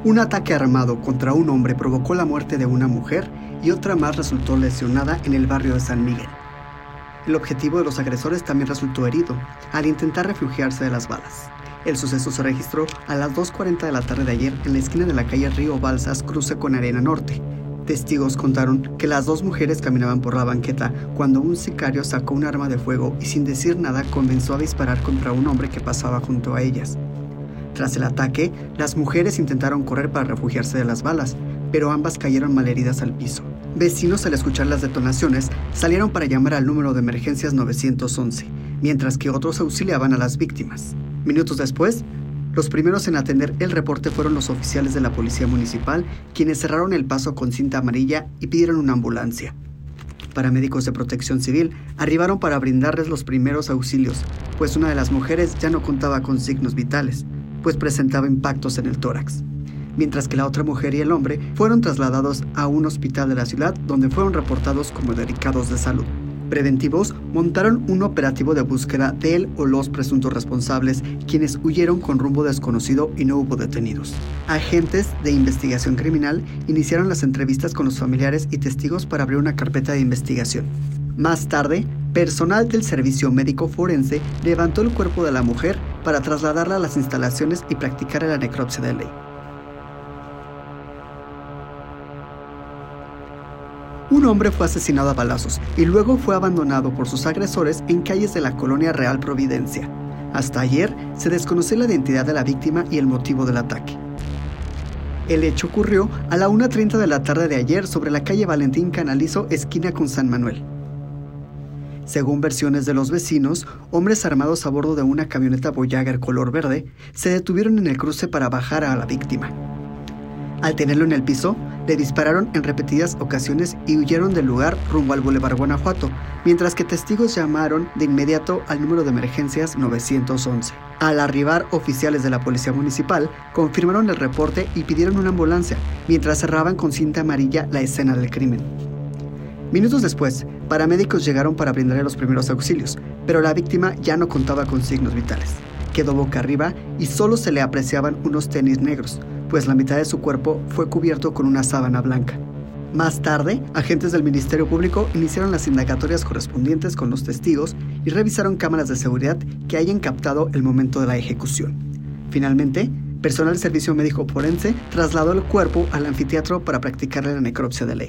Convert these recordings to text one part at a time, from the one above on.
Un ataque armado contra un hombre provocó la muerte de una mujer y otra más resultó lesionada en el barrio de San Miguel. El objetivo de los agresores también resultó herido al intentar refugiarse de las balas. El suceso se registró a las 2:40 de la tarde de ayer en la esquina de la calle Río Balsas, cruce con Arena Norte. Testigos contaron que las dos mujeres caminaban por la banqueta cuando un sicario sacó un arma de fuego y sin decir nada comenzó a disparar contra un hombre que pasaba junto a ellas. Tras el ataque, las mujeres intentaron correr para refugiarse de las balas, pero ambas cayeron malheridas al piso. Vecinos, al escuchar las detonaciones, salieron para llamar al número de emergencias 911, mientras que otros auxiliaban a las víctimas. Minutos después, los primeros en atender el reporte fueron los oficiales de la policía municipal, quienes cerraron el paso con cinta amarilla y pidieron una ambulancia. Paramédicos de Protección Civil arribaron para brindarles los primeros auxilios, pues una de las mujeres ya no contaba con signos vitales, pues presentaba impactos en el tórax, mientras que la otra mujer y el hombre fueron trasladados a un hospital de la ciudad donde fueron reportados como delicados de salud. Preventivos montaron un operativo de búsqueda de él o los presuntos responsables, quienes huyeron con rumbo desconocido y no hubo detenidos. Agentes de investigación criminal iniciaron las entrevistas con los familiares y testigos para abrir una carpeta de investigación. Más tarde, personal del servicio médico forense levantó el cuerpo de la mujer para trasladarla a las instalaciones y practicar la necropsia de ley. Un hombre fue asesinado a balazos y luego fue abandonado por sus agresores en calles de la colonia Real Providencia. Hasta ayer se desconoce la identidad de la víctima y el motivo del ataque. El hecho ocurrió a la 1:30 de la tarde de ayer sobre la calle Valentín Canalizo, esquina con San Manuel. Según versiones de los vecinos, hombres armados a bordo de una camioneta Voyager color verde se detuvieron en el cruce para bajar a la víctima. Al tenerlo en el piso, le dispararon en repetidas ocasiones y huyeron del lugar rumbo al Boulevard Guanajuato, mientras que testigos llamaron de inmediato al número de emergencias 911. Al arribar oficiales de la policía municipal, confirmaron el reporte y pidieron una ambulancia, mientras cerraban con cinta amarilla la escena del crimen. Minutos después, paramédicos llegaron para brindarle los primeros auxilios, pero la víctima ya no contaba con signos vitales. Quedó boca arriba y solo se le apreciaban unos tenis negros, pues la mitad de su cuerpo fue cubierto con una sábana blanca. Más tarde, agentes del Ministerio Público iniciaron las indagatorias correspondientes con los testigos y revisaron cámaras de seguridad que hayan captado el momento de la ejecución. Finalmente, personal del servicio médico forense trasladó el cuerpo al anfiteatro para practicarle la necropsia de ley.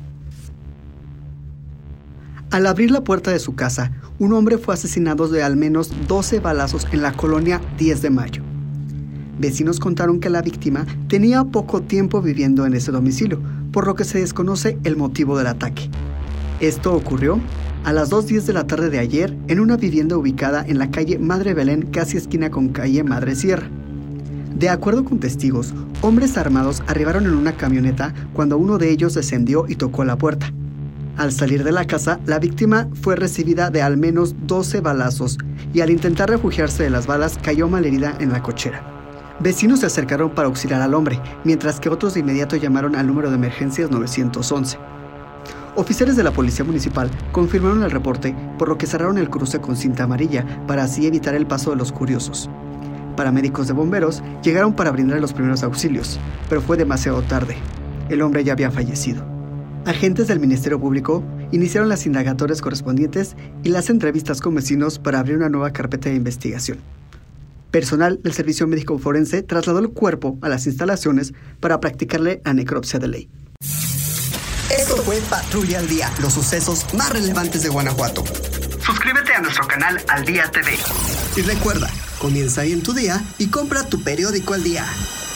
Al abrir la puerta de su casa, un hombre fue asesinado de al menos 12 balazos en la colonia 10 de Mayo. Vecinos contaron que la víctima tenía poco tiempo viviendo en ese domicilio, por lo que se desconoce el motivo del ataque. Esto ocurrió a las 2:10 de la tarde de ayer en una vivienda ubicada en la calle Madre Belén, casi esquina con calle Madre Sierra. De acuerdo con testigos, hombres armados arribaron en una camioneta cuando uno de ellos descendió y tocó la puerta. Al salir de la casa, la víctima fue recibida de al menos 12 balazos y al intentar refugiarse de las balas cayó malherida en la cochera. Vecinos se acercaron para auxiliar al hombre, mientras que otros de inmediato llamaron al número de emergencias 911. Oficiales de la policía municipal confirmaron el reporte, por lo que cerraron el cruce con cinta amarilla para así evitar el paso de los curiosos. Paramédicos de bomberos llegaron para brindar los primeros auxilios, pero fue demasiado tarde. El hombre ya había fallecido. Agentes del Ministerio Público iniciaron las indagatorias correspondientes y las entrevistas con vecinos para abrir una nueva carpeta de investigación. Personal del Servicio Médico Forense trasladó el cuerpo a las instalaciones para practicarle la necropsia de ley. Esto fue Patrulla al Día, los sucesos más relevantes de Guanajuato. Suscríbete a nuestro canal Al Día TV. Y recuerda, comienza ahí en tu día y compra tu periódico Al Día.